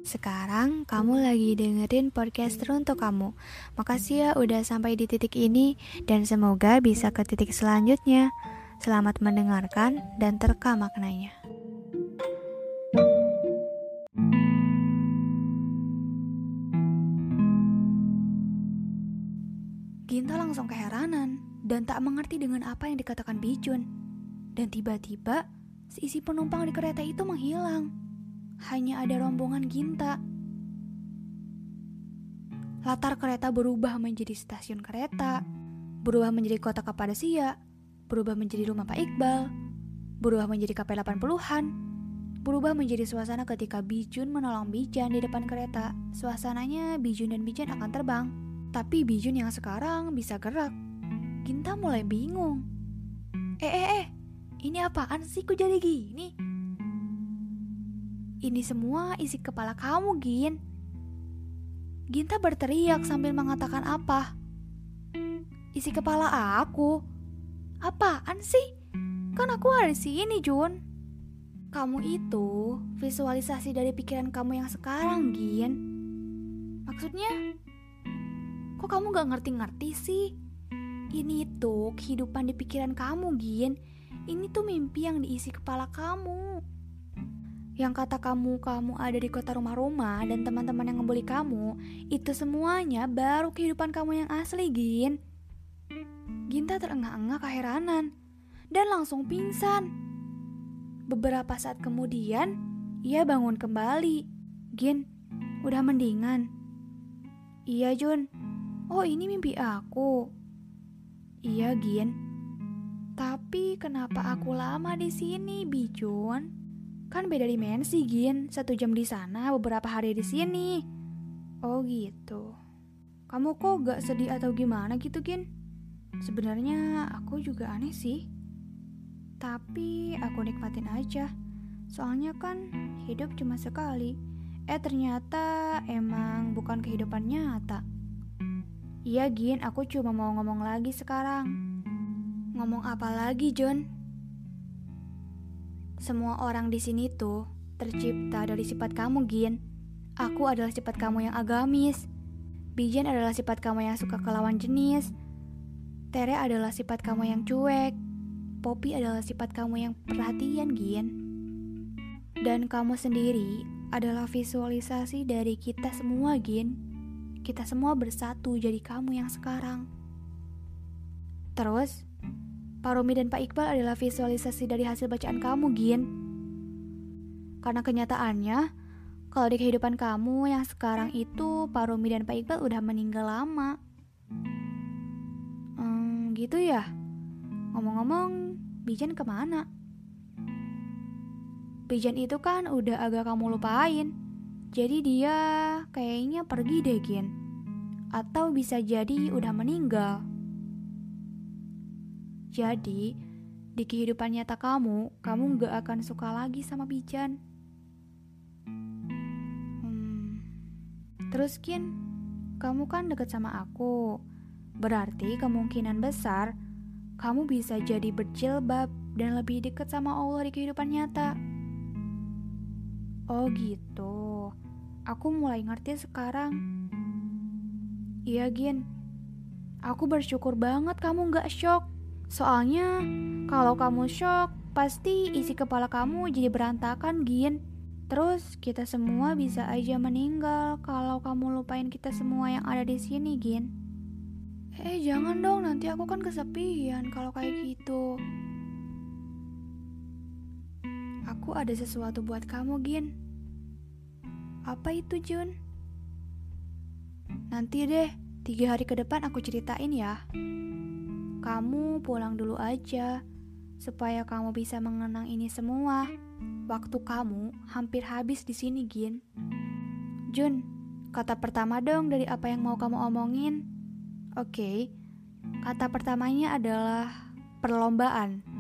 Sekarang kamu lagi dengerin podcast untuk kamu. Makasih ya udah sampai di titik ini dan semoga bisa ke titik selanjutnya. Selamat mendengarkan dan terka maknanya. Ginta langsung keheranan dan tak mengerti dengan apa yang dikatakan Bijun. Dan tiba-tiba seisi penumpang di kereta itu menghilang. Hanya ada rombongan Ginta. Latar kereta berubah menjadi stasiun kereta, berubah menjadi kota Kapadosia, berubah menjadi rumah Pak Iqbal, berubah menjadi KP 80-an, berubah menjadi suasana ketika Bijun menolong Bijan di depan kereta. Suasananya Bijun dan Bijan akan terbang, tapi Bijun yang sekarang bisa gerak. Ginta mulai bingung. Ini apaan sih kok jadi gini? Ini semua isi kepala kamu, Gin. Ginta berteriak sambil mengatakan apa? Isi kepala aku? Apaan sih? Kan aku ada di sini, Jun. Kamu itu visualisasi dari pikiran kamu yang sekarang, Gin. Maksudnya, kok kamu gak ngerti-ngerti sih? Ini tuh kehidupan di pikiran kamu, Gin. Ini tuh mimpi yang diisi kepala kamu. Yang kata kamu ada di kota rumah-rumah dan teman-teman yang ngebully kamu, itu semuanya baru kehidupan kamu yang asli, Gin. Ginta terengah-engah keheranan dan langsung pingsan. Beberapa saat kemudian, ia bangun kembali. Gin, udah mendingan? Iya, Jun. Oh, ini mimpi aku. Iya, Gin. Tapi kenapa aku lama di sini, Bijun? Kan beda dimensi, Gin. 1 jam di sana, beberapa hari di sini. Oh gitu. Kamu kok gak sedih atau gimana gitu, Gin? Sebenarnya aku juga aneh sih. Tapi aku nikmatin aja. Soalnya kan hidup cuma sekali. Ternyata emang bukan kehidupan nyata. Iya, Gin, aku cuma mau ngomong lagi sekarang. Ngomong apa lagi, John? Semua orang di sini tuh tercipta dari sifat kamu, Gin. Aku adalah sifat kamu yang agamis. Bijan adalah sifat kamu yang suka ke lawan jenis. Tere adalah sifat kamu yang cuek. Poppy adalah sifat kamu yang perhatian, Gin. Dan kamu sendiri adalah visualisasi dari kita semua, Gin. Kita semua bersatu jadi kamu yang sekarang. Terus, Pak Romi dan Pak Iqbal adalah visualisasi dari hasil bacaan kamu, Gin. Karena kenyataannya, kalau di kehidupan kamu yang sekarang itu, Pak Romi dan Pak Iqbal udah meninggal lama. Gitu ya? Ngomong-ngomong, Bijan kemana? Bijan itu kan udah agak kamu lupain. Jadi dia kayaknya pergi deh, Gin. Atau bisa jadi udah meninggal. Jadi, di kehidupan nyata kamu gak akan suka lagi sama Bijan. Terus, Gin, kamu kan deket sama aku. Berarti kemungkinan besar kamu bisa jadi berjilbab dan lebih deket sama Allah di kehidupan nyata. Oh gitu. Aku mulai ngerti sekarang. Iya, Gin. Aku bersyukur banget kamu gak shock. Soalnya kalau kamu shock, pasti isi kepala kamu jadi berantakan, Gin. Terus kita semua bisa aja meninggal kalau kamu lupain kita semua yang ada di sini, Gin. Jangan dong, nanti aku kan kesepian kalau kayak gitu. Aku ada sesuatu buat kamu, Gin. Apa itu, Jun? Nanti deh, 3 hari ke depan aku ceritain ya. Kamu pulang dulu aja, supaya kamu bisa mengenang ini semua. Waktu kamu hampir habis di sini, Gin. Jun, kata pertama dong dari apa yang mau kamu omongin. Oke, kata pertamanya adalah perlombaan.